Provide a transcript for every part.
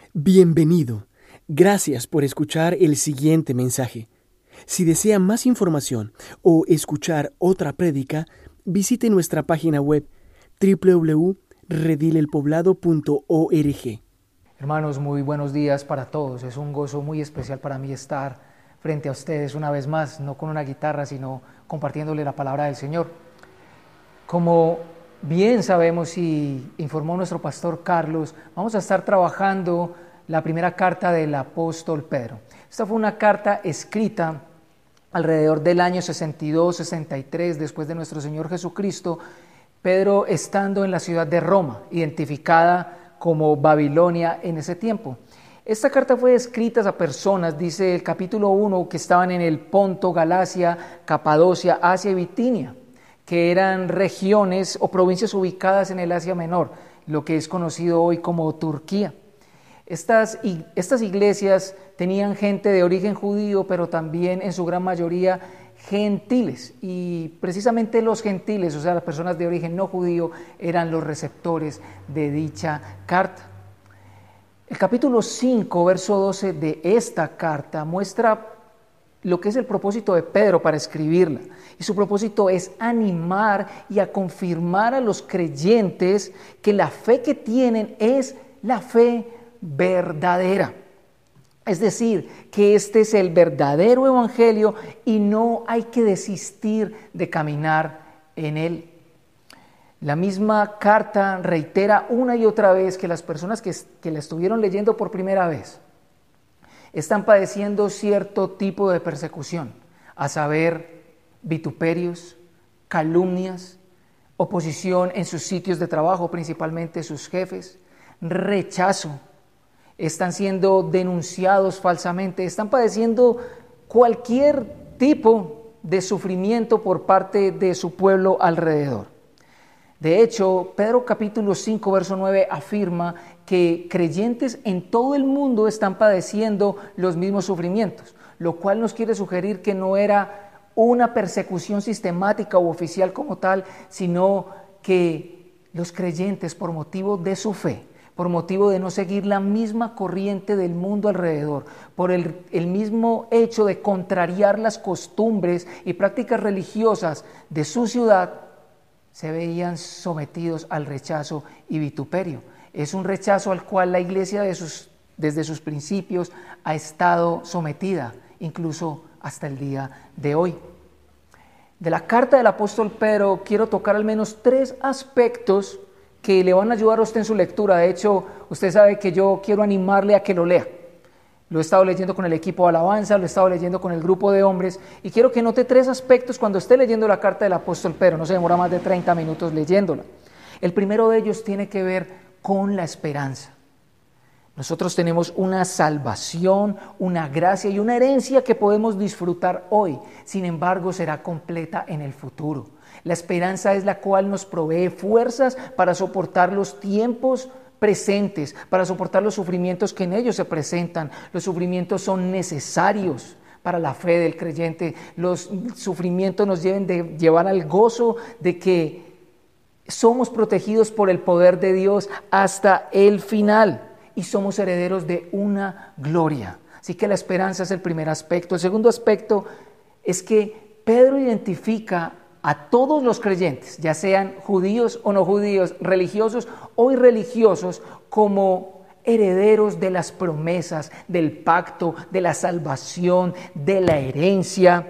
Bienvenido. Gracias por escuchar el siguiente mensaje. Si desea más información o escuchar otra prédica, visite nuestra página web www.redilelpoblado.org. Hermanos, muy buenos días para todos. Es un gozo muy especial para mí estar frente a ustedes una vez más, no con una guitarra, sino compartiéndole la palabra del Señor. Como bien sabemos y informó nuestro pastor Carlos, vamos a estar trabajando la primera carta del apóstol Pedro. Esta fue una carta escrita alrededor del año 62-63 después de nuestro Señor Jesucristo, Pedro estando en la ciudad de Roma, identificada como Babilonia en ese tiempo. Esta carta fue escrita a personas, dice el capítulo 1, que estaban en el Ponto, Galacia, Capadocia, Asia y Bitinia, que eran regiones o provincias ubicadas en el Asia Menor, lo que es conocido hoy como Turquía. Estas iglesias tenían gente de origen judío, pero también en su gran mayoría gentiles, y precisamente los gentiles, o sea, las personas de origen no judío, eran los receptores de dicha carta. El capítulo 5, verso 12 de esta carta muestra lo que es el propósito de Pedro para escribirla, y su propósito es animar y a confirmar a los creyentes que la fe que tienen es la fe verdadera. Es decir, que este es el verdadero evangelio y no hay que desistir de caminar en él. La misma carta reitera una y otra vez que las personas que la estuvieron leyendo por primera vez están padeciendo cierto tipo de persecución, a saber, vituperios, calumnias, oposición en sus sitios de trabajo, principalmente sus jefes, rechazo. Están siendo denunciados falsamente, están padeciendo cualquier tipo de sufrimiento por parte de su pueblo alrededor. De hecho, Pedro capítulo 5, verso 9 afirma que creyentes en todo el mundo están padeciendo los mismos sufrimientos, lo cual nos quiere sugerir que no era una persecución sistemática u oficial como tal, sino que los creyentes, por motivo de su fe, por motivo de no seguir la misma corriente del mundo alrededor, por el mismo hecho de contrariar las costumbres y prácticas religiosas de su ciudad, se veían sometidos al rechazo y vituperio. Es un rechazo al cual la iglesia desde sus principios ha estado sometida, incluso hasta el día de hoy. De la carta del apóstol Pedro quiero tocar al menos 3 aspectos que le van a ayudar a usted en su lectura. De hecho, usted sabe que yo quiero animarle a que lo lea. Lo he estado leyendo con el equipo de alabanza, lo he estado leyendo con el grupo de hombres, y quiero que note 3 aspectos cuando esté leyendo la carta del apóstol Pedro. No se demora más de 30 minutos leyéndola. El primero de ellos tiene que ver con la esperanza. Nosotros tenemos una salvación, una gracia y una herencia que podemos disfrutar hoy. Sin embargo, será completa en el futuro. La esperanza es la cual nos provee fuerzas para soportar los tiempos presentes, para soportar los sufrimientos que en ellos se presentan. Los sufrimientos son necesarios para la fe del creyente. Los sufrimientos nos deben de llevar al gozo de que somos protegidos por el poder de Dios hasta el final y somos herederos de una gloria. Así que la esperanza es el primer aspecto. El segundo aspecto es que Pedro identifica a todos los creyentes, ya sean judíos o no judíos, religiosos o irreligiosos, como herederos de las promesas, del pacto, de la salvación, de la herencia,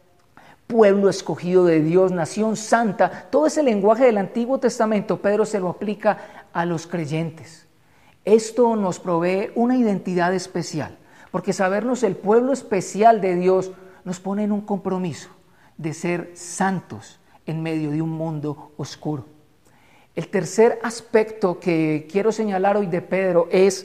pueblo escogido de Dios, nación santa. Todo ese lenguaje del Antiguo Testamento, Pedro se lo aplica a los creyentes. Esto nos provee una identidad especial, porque sabernos el pueblo especial de Dios nos pone en un compromiso de ser santos en medio de un mundo oscuro. El tercer aspecto que quiero señalar hoy de Pedro es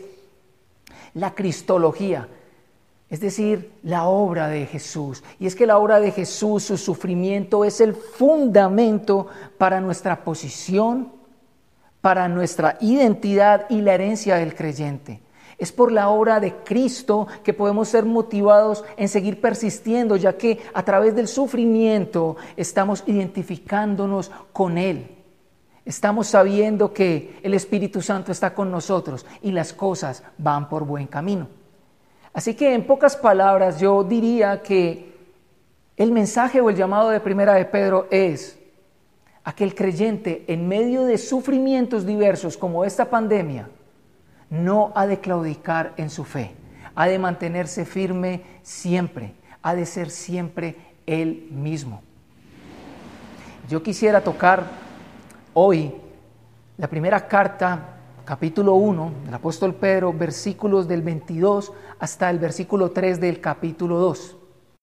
la cristología, es decir, la obra de Jesús. Y es que la obra de Jesús, su sufrimiento, es el fundamento para nuestra posición, para nuestra identidad y la herencia del creyente. Es por la obra de Cristo que podemos ser motivados en seguir persistiendo, ya que a través del sufrimiento estamos identificándonos con Él. Estamos sabiendo que el Espíritu Santo está con nosotros y las cosas van por buen camino. Así que en pocas palabras yo diría que el mensaje o el llamado de Primera de Pedro es a que el creyente en medio de sufrimientos diversos como esta pandemia no ha de claudicar en su fe, ha de mantenerse firme siempre, ha de ser siempre él mismo. Yo quisiera tocar hoy la primera carta, capítulo 1 del apóstol Pedro, versículos del 22 hasta el versículo 3 del capítulo 2.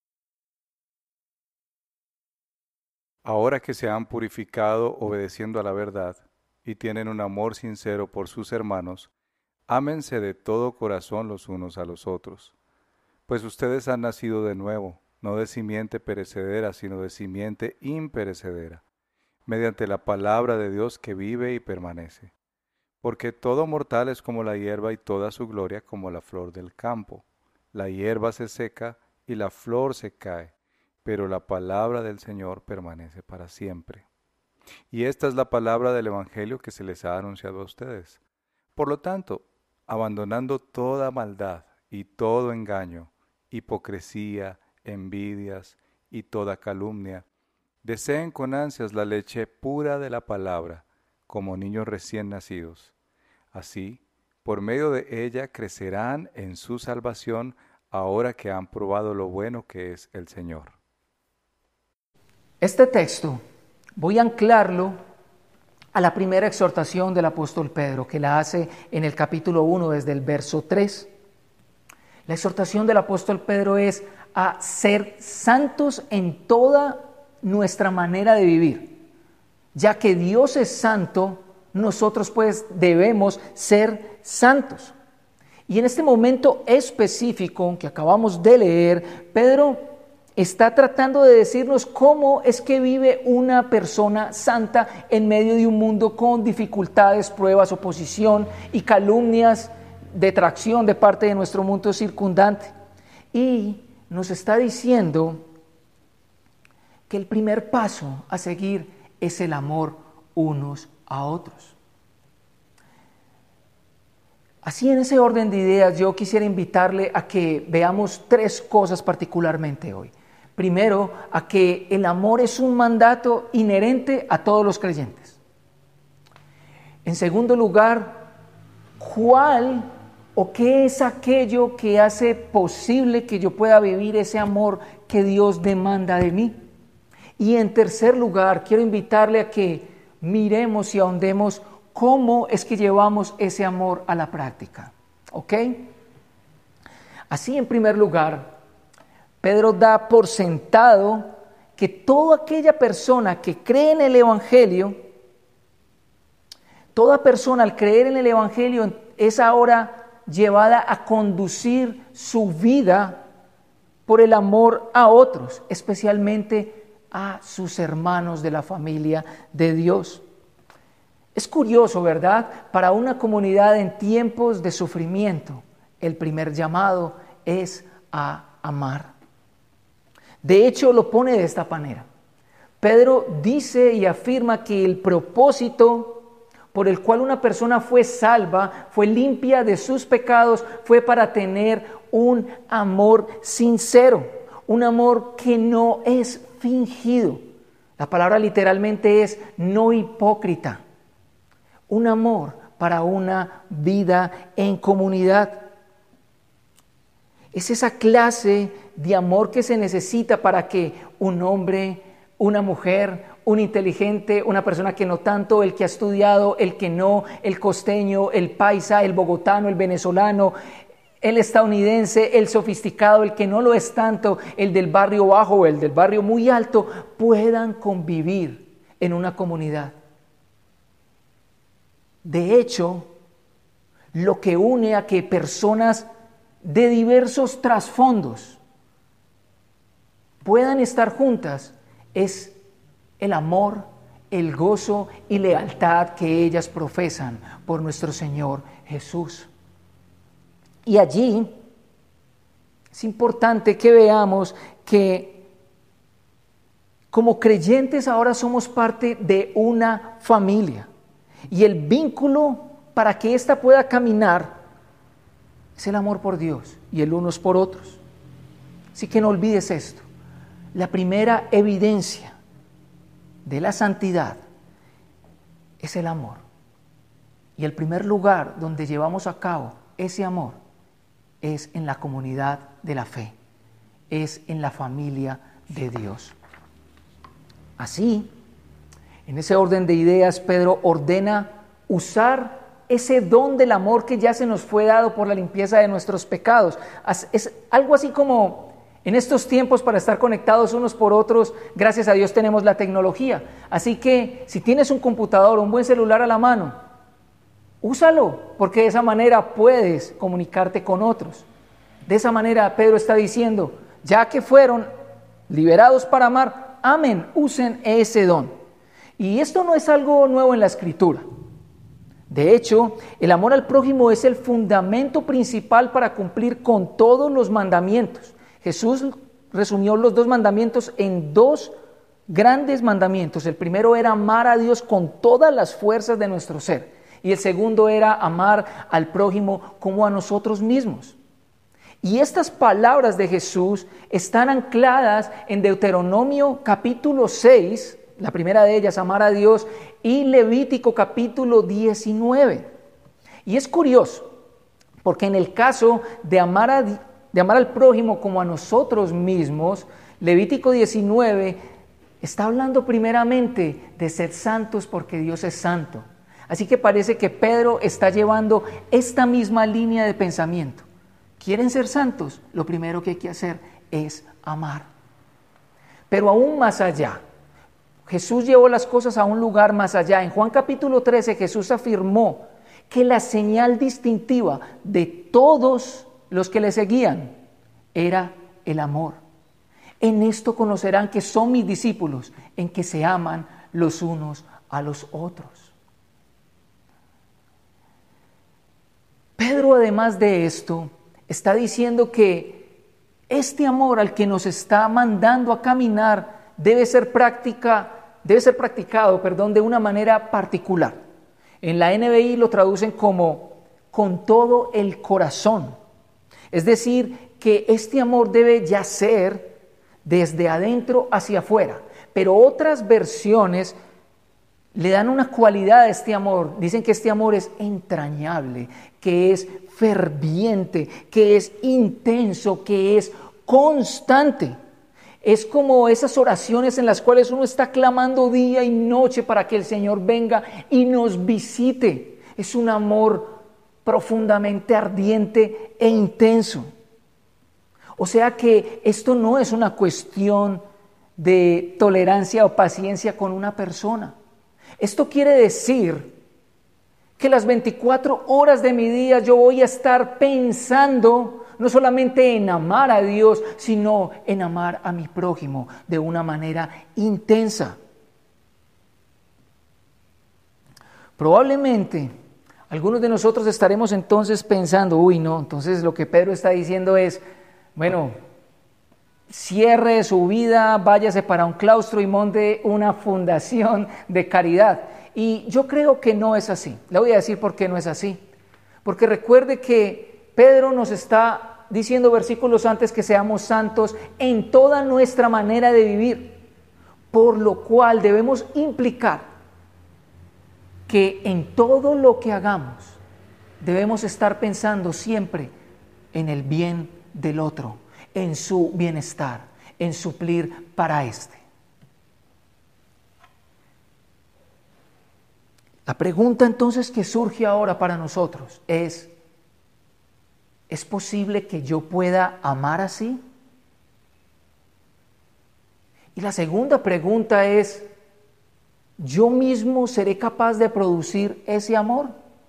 Ahora que se han purificado obedeciendo a la verdad y tienen un amor sincero por sus hermanos, ámense de todo corazón los unos a los otros, pues ustedes han nacido de nuevo, no de simiente perecedera, sino de simiente imperecedera, mediante la palabra de Dios que vive y permanece. Porque todo mortal es como la hierba y toda su gloria como la flor del campo. La hierba se seca y la flor se cae, pero la palabra del Señor permanece para siempre. Y esta es la palabra del Evangelio que se les ha anunciado a ustedes. Por lo tanto, abandonando toda maldad y todo engaño, hipocresía, envidias y toda calumnia, deseen con ansias la leche pura de la palabra, como niños recién nacidos. Así, por medio de ella crecerán en su salvación ahora que han probado lo bueno que es el Señor. Este texto voy a anclarlo a la primera exhortación del apóstol Pedro, que la hace en el capítulo 1 desde el verso 3. La exhortación del apóstol Pedro es a ser santos en toda nuestra manera de vivir. Ya que Dios es santo, nosotros pues debemos ser santos. Y en este momento específico que acabamos de leer, Pedro está tratando de decirnos cómo es que vive una persona santa en medio de un mundo con dificultades, pruebas, oposición y calumnias, detracción de parte de nuestro mundo circundante. Y nos está diciendo que el primer paso a seguir es el amor unos a otros. Así, en ese orden de ideas, yo quisiera invitarle a que veamos tres cosas particularmente hoy. Primero, a que el amor es un mandato inherente a todos los creyentes. En segundo lugar, ¿cuál o qué es aquello que hace posible que yo pueda vivir ese amor que Dios demanda de mí? Y en tercer lugar, quiero invitarle a que miremos y ahondemos cómo es que llevamos ese amor a la práctica. ¿Ok? Así, en primer lugar, Pedro da por sentado que toda aquella persona que cree en el Evangelio, toda persona al creer en el Evangelio es ahora llevada a conducir su vida por el amor a otros, especialmente a sus hermanos de la familia de Dios. Es curioso, ¿verdad? Para una comunidad en tiempos de sufrimiento, el primer llamado es a amar. De hecho, lo pone de esta manera. Pedro dice y afirma que el propósito por el cual una persona fue salva, fue limpia de sus pecados, fue para tener un amor sincero, un amor que no es fingido. La palabra literalmente es no hipócrita. Un amor para una vida en comunidad. Es esa clase de amor que se necesita para que un hombre, una mujer, un inteligente, una persona que no tanto, el que ha estudiado, el que no, el costeño, el paisa, el bogotano, el venezolano, el estadounidense, el sofisticado, el que no lo es tanto, el del barrio bajo o el del barrio muy alto, puedan convivir en una comunidad. De hecho, lo que une a que personas de diversos trasfondos puedan estar juntas es el amor, el gozo y lealtad que ellas profesan por nuestro Señor Jesús. Y allí es importante que veamos que como creyentes ahora somos parte de una familia. Y el vínculo para que ésta pueda caminar es el amor por Dios y el unos por otros. Así que no olvides esto. La primera evidencia de la santidad es el amor. Y el primer lugar donde llevamos a cabo ese amor es en la comunidad de la fe, es en la familia de Dios. Así, en ese orden de ideas, Pedro ordena usar ese don del amor que ya se nos fue dado por la limpieza de nuestros pecados. Es algo así como en estos tiempos, para estar conectados unos por otros, gracias a Dios tenemos la tecnología. Así que si tienes un computador o un buen celular a la mano, úsalo, porque de esa manera puedes comunicarte con otros. De esa manera Pedro está diciendo, ya que fueron liberados para amar, amen, usen ese don. Y esto no es algo nuevo en la Escritura. De hecho, el amor al prójimo es el fundamento principal para cumplir con todos los mandamientos. Jesús resumió los 2 mandamientos en 2 grandes mandamientos. El primero era amar a Dios con todas las fuerzas de nuestro ser. Y el segundo era amar al prójimo como a nosotros mismos. Y estas palabras de Jesús están ancladas en Deuteronomio capítulo 6, la primera de ellas, amar a Dios, y Levítico capítulo 19. Y es curioso, porque en el caso de amar al prójimo como a nosotros mismos, Levítico 19 está hablando primeramente de ser santos porque Dios es santo. Así que parece que Pedro está llevando esta misma línea de pensamiento. ¿Quieren ser santos? Lo primero que hay que hacer es amar. Pero aún más allá, Jesús llevó las cosas a un lugar más allá. En Juan capítulo 13 Jesús afirmó que la señal distintiva de todos los que le seguían era el amor. En esto conocerán que son mis discípulos, en que se aman los unos a los otros. Pedro, además de esto, está diciendo que este amor al que nos está mandando a caminar debe ser practicado de una manera particular. En la NBI lo traducen como con todo el corazón. Es decir, que este amor debe yacer desde adentro hacia afuera. Pero otras versiones le dan una cualidad a este amor. Dicen que este amor es entrañable, que es ferviente, que es intenso, que es constante. Es como esas oraciones en las cuales uno está clamando día y noche para que el Señor venga y nos visite. Es un amor profundamente ardiente e intenso. O sea que esto no es una cuestión de tolerancia o paciencia con una persona. Esto quiere decir que las 24 horas de mi día yo voy a estar pensando no solamente en amar a Dios, sino en amar a mi prójimo de una manera intensa. Probablemente algunos de nosotros estaremos entonces pensando, entonces lo que Pedro está diciendo es, cierre su vida, váyase para un claustro y monte una fundación de caridad. Y yo creo que no es así. Le voy a decir por qué no es así. Porque recuerde que Pedro nos está diciendo versículos antes que seamos santos en toda nuestra manera de vivir, por lo cual debemos implicar que en todo lo que hagamos debemos estar pensando siempre en el bien del otro, en su bienestar, en suplir para éste. La pregunta entonces que surge ahora para nosotros ¿es posible que yo pueda amar así? Y la segunda pregunta es, ¿yo mismo seré capaz de producir ese amor?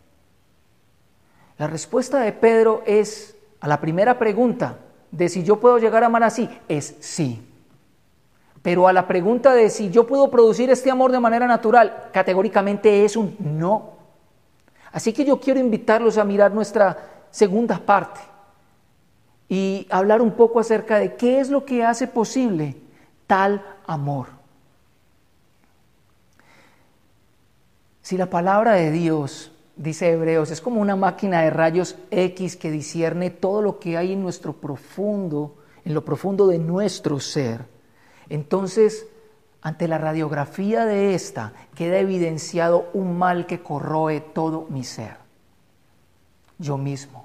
La respuesta de Pedro es, a la primera pregunta, de si yo puedo llegar a amar así, es sí. Pero a la pregunta de si yo puedo producir este amor de manera natural, categóricamente es un no. Así que yo quiero invitarlos a mirar nuestra segunda parte y hablar un poco acerca de qué es lo que hace posible tal amor. Si la palabra de Dios, dice Hebreos, es como una máquina de rayos X que discierne todo lo que hay en nuestro profundo, en lo profundo de nuestro ser, entonces, ante la radiografía de esta, queda evidenciado un mal que corroe todo mi ser, yo mismo.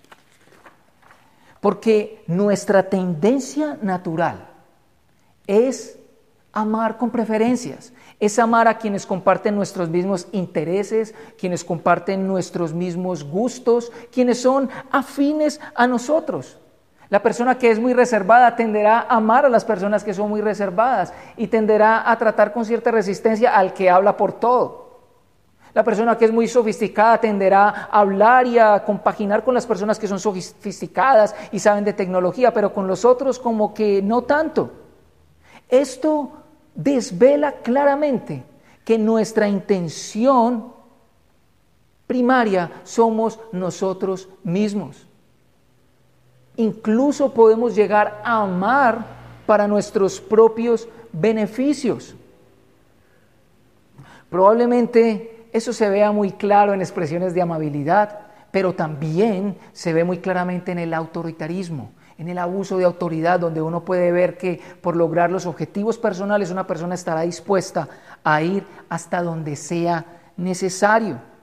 Porque nuestra tendencia natural es amar con preferencias, es amar a quienes comparten nuestros mismos intereses, quienes comparten nuestros mismos gustos, quienes son afines a nosotros. La persona que es muy reservada tenderá a amar a las personas que son muy reservadas y tenderá a tratar con cierta resistencia al que habla por todo. La persona que es muy sofisticada tenderá a hablar y a compaginar con las personas que son sofisticadas y saben de tecnología, pero con los otros como que no tanto. Esto desvela claramente que nuestra intención primaria somos nosotros mismos. Incluso podemos llegar a amar para nuestros propios beneficios. Probablemente eso se vea muy claro en expresiones de amabilidad, pero también se ve muy claramente en el autoritarismo, en el abuso de autoridad, donde uno puede ver que por lograr los objetivos personales una persona estará dispuesta a ir hasta donde sea necesario.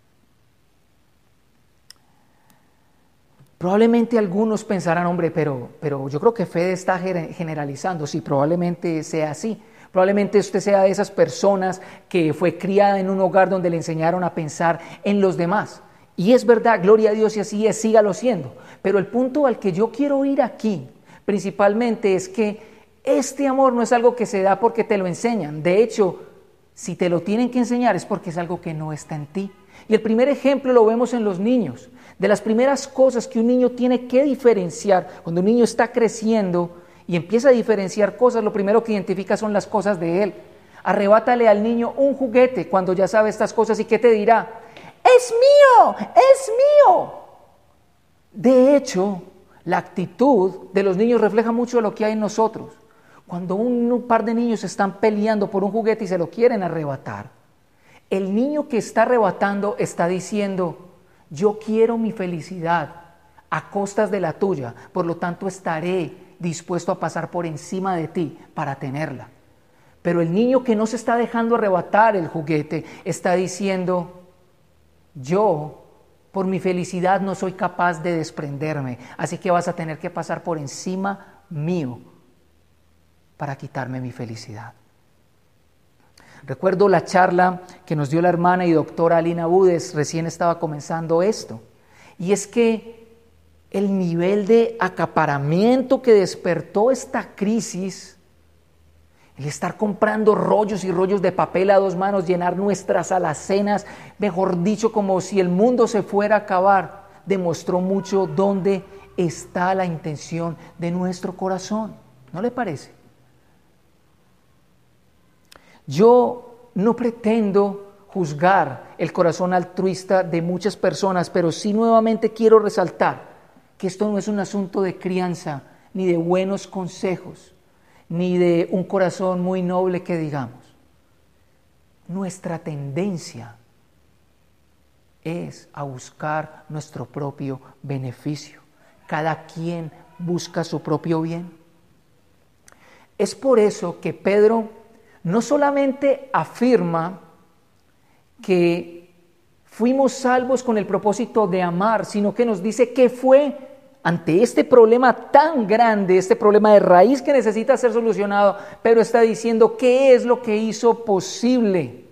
Probablemente algunos pensarán, hombre, pero yo creo que Fede está generalizando. Sí, probablemente sea así. Probablemente usted sea de esas personas que fue criada en un hogar donde le enseñaron a pensar en los demás. Y es verdad, gloria a Dios, y así es, sígalo siendo. Pero el punto al que yo quiero ir aquí, principalmente, es que este amor no es algo que se da porque te lo enseñan. De hecho, si te lo tienen que enseñar es porque es algo que no está en ti. Y el primer ejemplo lo vemos en los niños. De las primeras cosas que un niño tiene que diferenciar, cuando un niño está creciendo y empieza a diferenciar cosas, lo primero que identifica son las cosas de él. Arrebátale al niño un juguete cuando ya sabe estas cosas y ¿qué te dirá? ¡Es mío! ¡Es mío! De hecho, la actitud de los niños refleja mucho de lo que hay en nosotros. Cuando un par de niños están peleando por un juguete y se lo quieren arrebatar, el niño que está arrebatando está diciendo: yo quiero mi felicidad a costas de la tuya, por lo tanto estaré dispuesto a pasar por encima de ti para tenerla. Pero el niño que no se está dejando arrebatar el juguete está diciendo: yo por mi felicidad no soy capaz de desprenderme, así que vas a tener que pasar por encima mío para quitarme mi felicidad. Recuerdo la charla que nos dio la hermana y doctora Alina Budes, recién estaba comenzando esto, y es que el nivel de acaparamiento que despertó esta crisis, el estar comprando rollos y rollos de papel a dos manos, llenar nuestras alacenas, mejor dicho, como si el mundo se fuera a acabar, demostró mucho dónde está la intención de nuestro corazón. ¿No le parece? Yo no pretendo juzgar el corazón altruista de muchas personas, pero sí nuevamente quiero resaltar que esto no es un asunto de crianza, ni de buenos consejos, ni de un corazón muy noble que digamos. Nuestra tendencia es a buscar nuestro propio beneficio. Cada quien busca su propio bien. Es por eso que Pedro no solamente afirma que fuimos salvos con el propósito de amar, sino que nos dice que fue ante este problema tan grande, este problema de raíz que necesita ser solucionado, pero está diciendo qué es lo que hizo posible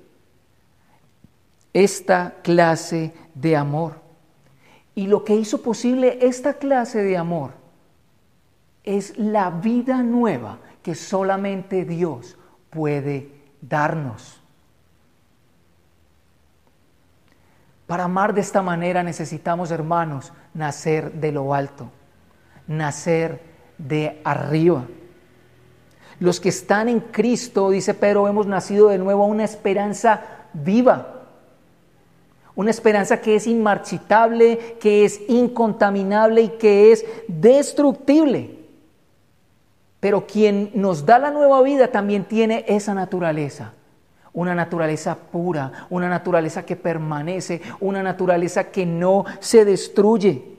esta clase de amor. Y lo que hizo posible esta clase de amor es la vida nueva que solamente Dios puede darnos. Para amar de esta manera necesitamos, hermanos, nacer de lo alto, nacer de arriba. Los que están en Cristo, dice Pedro, hemos nacido de nuevo a una esperanza viva, una esperanza que es inmarchitable, que es incontaminable y que es destructible. Pero quien nos da la nueva vida también tiene esa naturaleza, una naturaleza pura, una naturaleza que permanece, una naturaleza que no se destruye.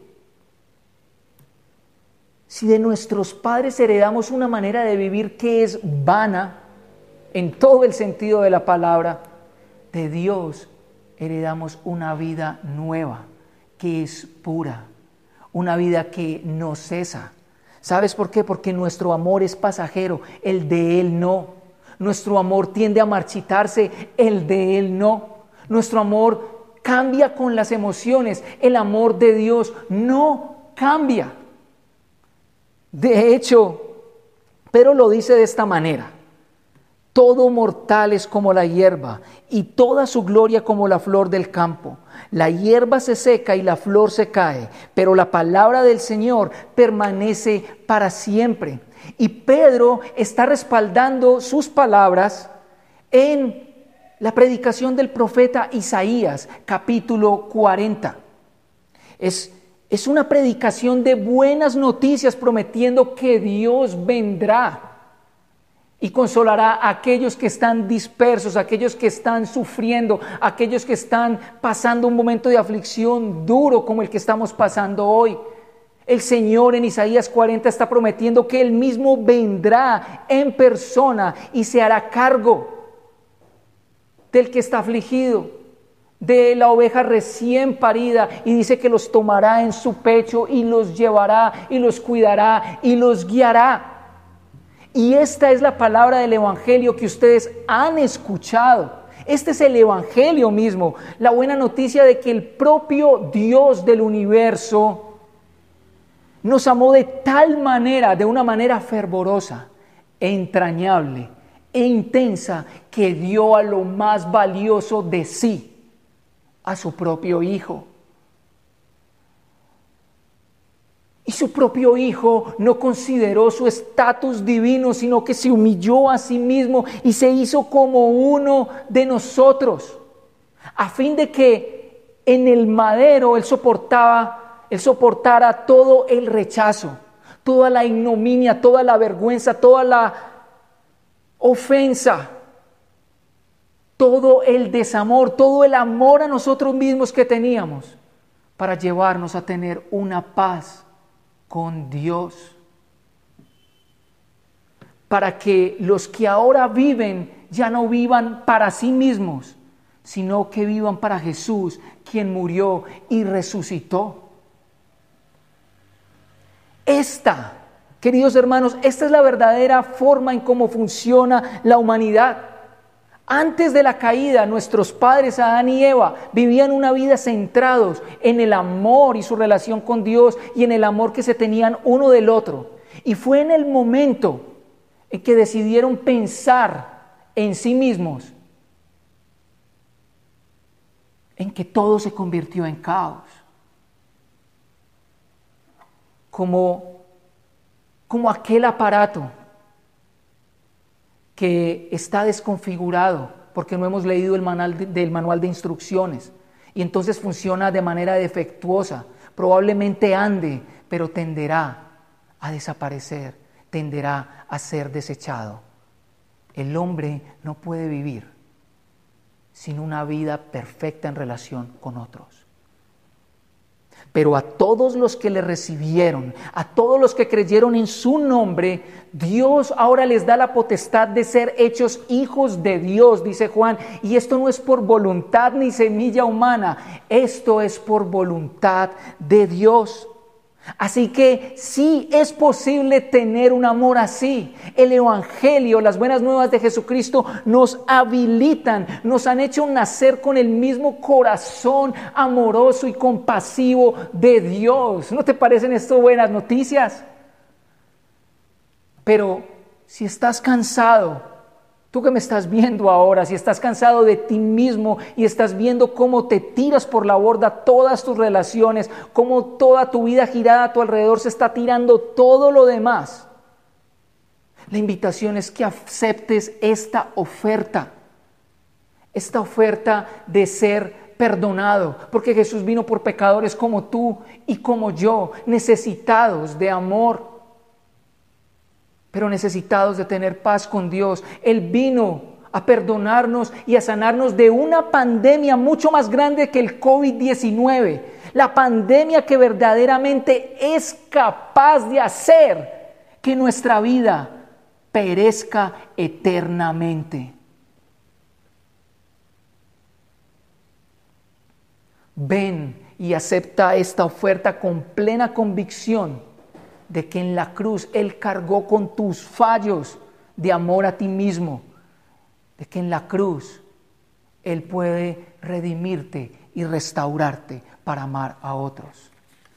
Si de nuestros padres heredamos una manera de vivir que es vana, en todo el sentido de la palabra, de Dios heredamos una vida nueva, que es pura, una vida que no cesa. ¿Sabes por qué? Porque nuestro amor es pasajero, el de Él no. Nuestro amor tiende a marchitarse, el de Él no. Nuestro amor cambia con las emociones, el amor de Dios no cambia. De hecho, Pedro lo dice de esta manera: todo mortal es como la hierba, y toda su gloria como la flor del campo. La hierba se seca y la flor se cae, pero la palabra del Señor permanece para siempre. Y Pedro está respaldando sus palabras en la predicación del profeta Isaías, capítulo 40. Es una predicación de buenas noticias, prometiendo que Dios vendrá y consolará a aquellos que están dispersos, a aquellos que están sufriendo, a aquellos que están pasando un momento de aflicción duro como el que estamos pasando hoy. El Señor en Isaías 40 está prometiendo que Él mismo vendrá en persona y se hará cargo del que está afligido, de la oveja recién parida, y dice que los tomará en su pecho y los llevará y los cuidará y los guiará. Y esta es la palabra del Evangelio que ustedes han escuchado. Este es el Evangelio mismo, la buena noticia de que el propio Dios del universo nos amó de tal manera, de una manera fervorosa, entrañable e intensa, que dio a lo más valioso de sí, a su propio Hijo. Y su propio Hijo no consideró su estatus divino, sino que se humilló a sí mismo y se hizo como uno de nosotros, a fin de que en el madero Él soportara todo el rechazo, toda la ignominia, toda la vergüenza, toda la ofensa, todo el desamor, todo el amor a nosotros mismos que teníamos, para llevarnos a tener una paz con Dios, para que los que ahora viven ya no vivan para sí mismos, sino que vivan para Jesús, quien murió y resucitó. Queridos hermanos, esta es la verdadera forma en cómo funciona la humanidad. Antes de la caída, nuestros padres Adán y Eva vivían una vida centrados en el amor y su relación con Dios y en el amor que se tenían uno del otro. Y fue en el momento en que decidieron pensar en sí mismos, en que todo se convirtió en caos. Como aquel aparato que está desconfigurado porque no hemos leído el manual de instrucciones, y entonces funciona de manera defectuosa. Probablemente ande, pero tenderá a desaparecer, tenderá a ser desechado. El hombre no puede vivir sin una vida perfecta en relación con otros. Pero a todos los que le recibieron, a todos los que creyeron en su nombre, Dios ahora les da la potestad de ser hechos hijos de Dios, dice Juan. Y esto no es por voluntad ni semilla humana, esto es por voluntad de Dios. Así que sí es posible tener un amor así. El Evangelio, las buenas nuevas de Jesucristo nos habilitan, nos han hecho nacer con el mismo corazón amoroso y compasivo de Dios. ¿No te parecen esto buenas noticias? Pero si estás cansado, tú que me estás viendo ahora, si estás cansado de ti mismo y estás viendo cómo te tiras por la borda todas tus relaciones, cómo toda tu vida girada a tu alrededor se está tirando todo lo demás, la invitación es que aceptes esta oferta de ser perdonado, porque Jesús vino por pecadores como tú y como yo, necesitados de amor, pero necesitados de tener paz con Dios. Él vino a perdonarnos y a sanarnos de una pandemia mucho más grande que el COVID-19. La pandemia que verdaderamente es capaz de hacer que nuestra vida perezca eternamente. Ven y acepta esta oferta con plena convicción de que en la cruz Él cargó con tus fallos de amor a ti mismo, de que en la cruz Él puede redimirte y restaurarte para amar a otros.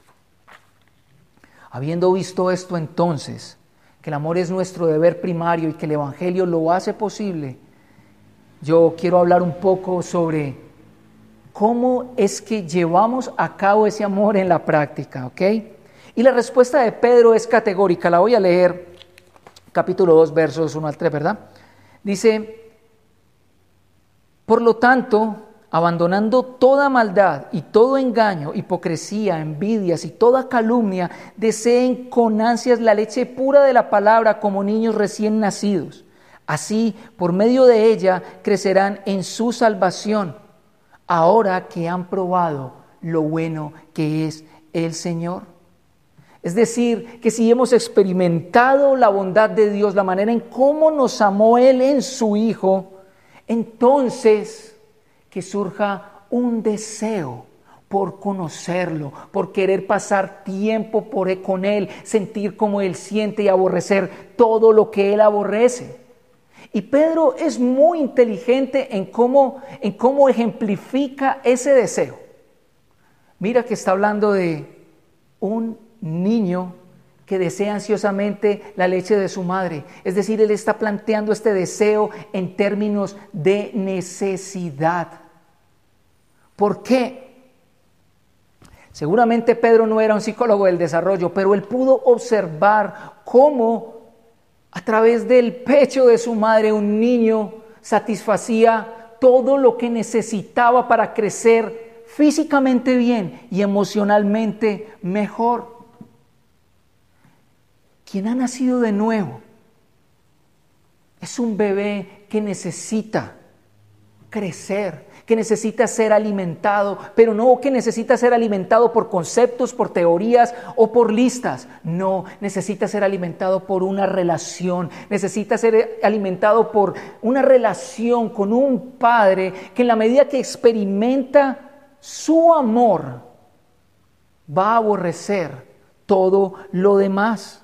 Habiendo visto esto entonces, que el amor es nuestro deber primario y que el Evangelio lo hace posible, yo quiero hablar un poco sobre cómo es que llevamos a cabo ese amor en la práctica, ¿ok? Y la respuesta de Pedro es categórica. La voy a leer, capítulo 2, versos 1 al 3, ¿verdad? Dice: por lo tanto, abandonando toda maldad y todo engaño, hipocresía, envidias y toda calumnia, deseen con ansias la leche pura de la palabra como niños recién nacidos. Así, por medio de ella, crecerán en su salvación, ahora que han probado lo bueno que es el Señor. Es decir, que si hemos experimentado la bondad de Dios, la manera en cómo nos amó Él en su Hijo, entonces que surja un deseo por conocerlo, por querer pasar tiempo con Él, sentir como Él siente y aborrecer todo lo que Él aborrece. Y Pedro es muy inteligente en cómo ejemplifica ese deseo. Mira que está hablando de un niño que desea ansiosamente la leche de su madre. Es decir, él está planteando este deseo en términos de necesidad. ¿Por qué? Seguramente Pedro no era un psicólogo del desarrollo, pero él pudo observar cómo a través del pecho de su madre un niño satisfacía todo lo que necesitaba para crecer físicamente bien y emocionalmente mejor. Quien ha nacido de nuevo es un bebé que necesita crecer, que necesita ser alimentado, pero no que necesita ser alimentado por conceptos, por teorías o por listas. No, necesita ser alimentado por una relación, necesita ser alimentado por una relación con un padre que en la medida que experimenta su amor va a aborrecer todo lo demás.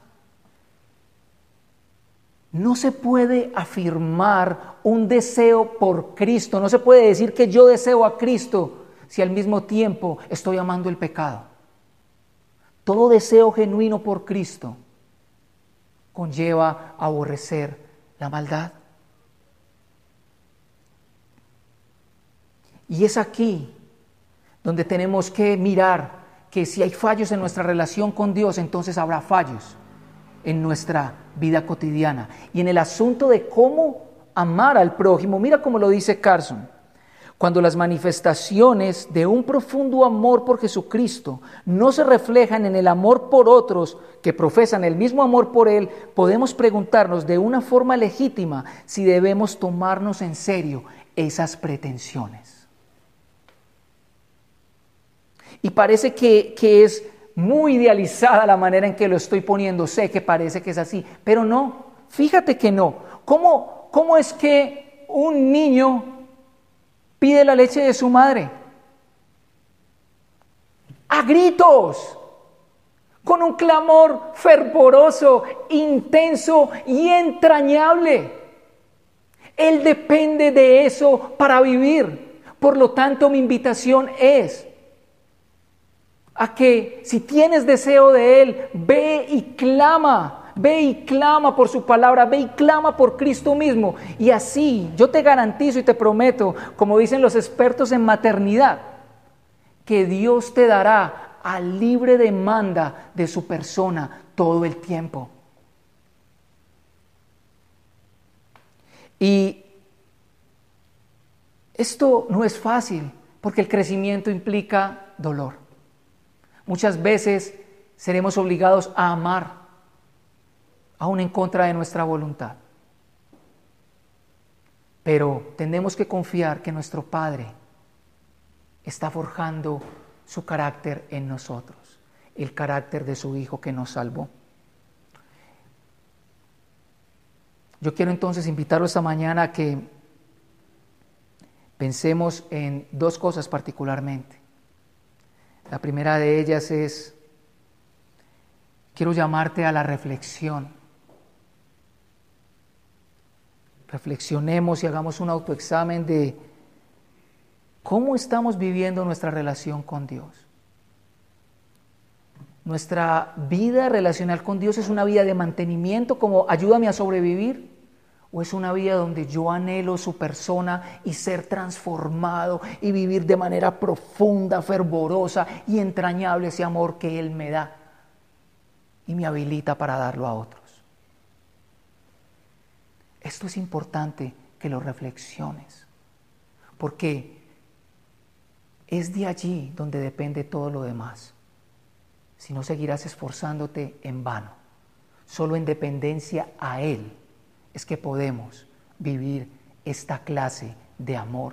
No se puede afirmar un deseo por Cristo, no se puede decir que yo deseo a Cristo si al mismo tiempo estoy amando el pecado. Todo deseo genuino por Cristo conlleva aborrecer la maldad. Y es aquí donde tenemos que mirar que si hay fallos en nuestra relación con Dios, entonces habrá fallos en nuestra vida cotidiana. Y en el asunto de cómo amar al prójimo, mira cómo lo dice Carson: cuando las manifestaciones de un profundo amor por Jesucristo no se reflejan en el amor por otros que profesan el mismo amor por Él, podemos preguntarnos de una forma legítima si debemos tomarnos en serio esas pretensiones. Y parece que es muy idealizada la manera en que lo estoy poniendo. Sé que parece que es así, pero no, fíjate que no. ¿Cómo es que un niño pide la leche de su madre? A gritos, con un clamor fervoroso, intenso y entrañable. Él depende de eso para vivir. Por lo tanto, mi invitación es a que si tienes deseo de Él, ve y clama por su palabra, ve y clama por Cristo mismo. Y así, yo te garantizo y te prometo, como dicen los expertos en maternidad, que Dios te dará a libre demanda de su persona todo el tiempo. Y esto no es fácil, porque el crecimiento implica dolor. Muchas veces seremos obligados a amar, aún en contra de nuestra voluntad. Pero tenemos que confiar que nuestro Padre está forjando su carácter en nosotros, el carácter de su Hijo que nos salvó. Yo quiero entonces invitarlo esta mañana a que pensemos en dos cosas particularmente. La primera de ellas es, quiero llamarte a la reflexión. Reflexionemos y hagamos un autoexamen de cómo estamos viviendo nuestra relación con Dios. ¿Nuestra vida relacional con Dios es una vida de mantenimiento, como ayúdame a sobrevivir? ¿O es una vida donde yo anhelo su persona y ser transformado y vivir de manera profunda, fervorosa y entrañable ese amor que Él me da y me habilita para darlo a otros? Esto es importante que lo reflexiones, porque es de allí donde depende todo lo demás. Si no, seguirás esforzándote en vano. Solo en dependencia a Él es que podemos vivir esta clase de amor.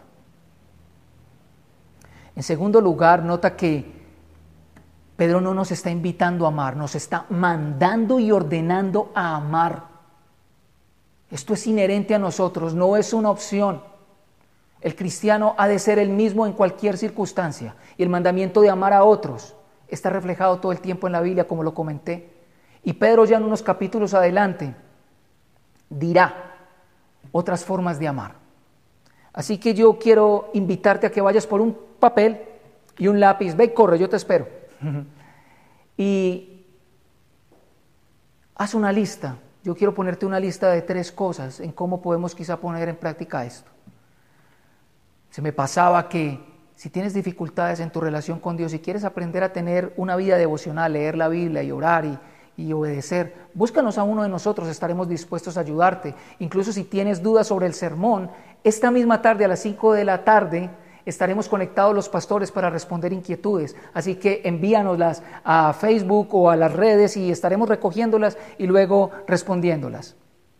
En segundo lugar, nota que Pedro no nos está invitando a amar, nos está mandando y ordenando a amar. Esto es inherente a nosotros, no es una opción. El cristiano ha de ser el mismo en cualquier circunstancia, y el mandamiento de amar a otros está reflejado todo el tiempo en la Biblia, como lo comenté. Y Pedro, ya en unos capítulos adelante, dirá otras formas de amar. Así que yo quiero invitarte a que vayas por un papel y un lápiz. Ve y corre, yo te espero. Y haz una lista. Yo quiero ponerte una lista de 3 cosas en cómo podemos quizá poner en práctica esto. Se me pasaba que si tienes dificultades en tu relación con Dios y quieres aprender a tener una vida devocional, leer la Biblia y orar y obedecer, búscanos a uno de nosotros, estaremos dispuestos a ayudarte. Incluso si tienes dudas sobre el sermón, esta misma tarde a las 5 de la tarde estaremos conectados los pastores para responder inquietudes. Así que envíanoslas a Facebook o a las redes y estaremos recogiéndolas y luego respondiéndolas.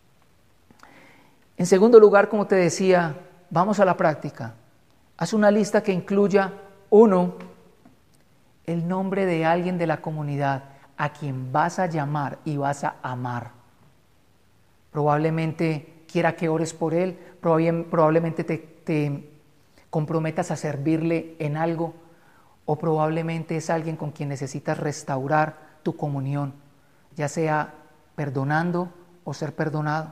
En segundo lugar, como te decía, vamos a la práctica. Haz una lista que incluya, 1, el nombre de alguien de la comunidad a quien vas a llamar y vas a amar. Probablemente quiera que ores por él, probablemente te comprometas a servirle en algo, o probablemente es alguien con quien necesitas restaurar tu comunión, ya sea perdonando o ser perdonado.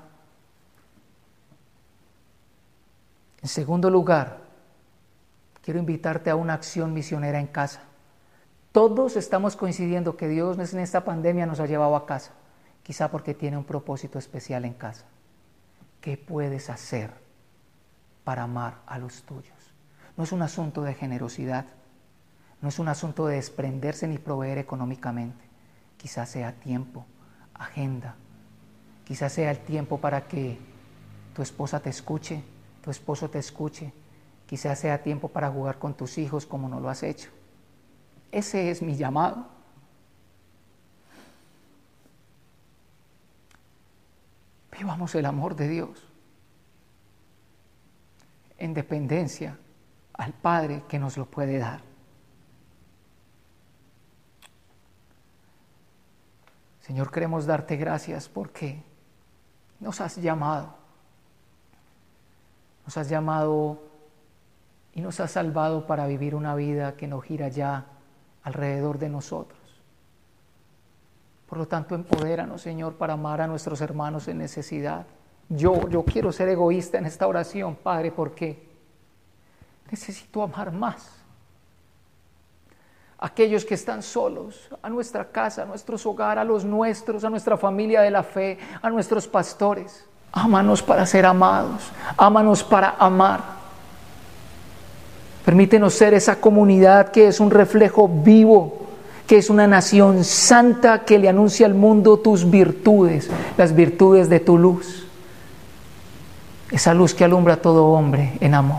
En segundo lugar, quiero invitarte a una acción misionera en casa. Todos estamos coincidiendo que Dios en esta pandemia nos ha llevado a casa, quizá porque tiene un propósito especial en casa. ¿Qué puedes hacer para amar a los tuyos? No es un asunto de generosidad, no es un asunto de desprenderse ni proveer económicamente. Quizás sea tiempo, agenda, quizás sea el tiempo para que tu esposa te escuche, tu esposo te escuche, quizás sea tiempo para jugar con tus hijos como no lo has hecho. Ese es mi llamado. Vivamos el amor de Dios en dependencia al Padre que nos lo puede dar. Señor, queremos darte gracias porque nos has llamado y nos has salvado para vivir una vida que no gira ya alrededor de nosotros. Por lo tanto, empodéranos, Señor, para amar a nuestros hermanos en necesidad. Yo quiero ser egoísta en esta oración, Padre, porque necesito amar más a aquellos que están solos, a nuestra casa, a nuestros hogares, a los nuestros, a nuestra familia de la fe, a nuestros pastores. Ámanos para ser amados, ámanos para amar. Permítenos ser esa comunidad que es un reflejo vivo, que es una nación santa que le anuncia al mundo tus virtudes, las virtudes de tu luz. Esa luz que alumbra a todo hombre en amor.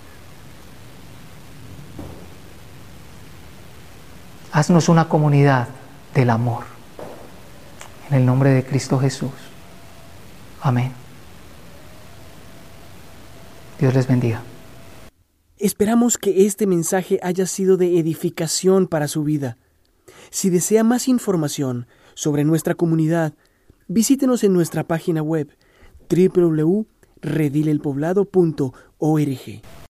Haznos una comunidad del amor. En el nombre de Cristo Jesús. Amén. Dios les bendiga. Esperamos que este mensaje haya sido de edificación para su vida. Si desea más información sobre nuestra comunidad, visítenos en nuestra página web www.redilelpoblado.org.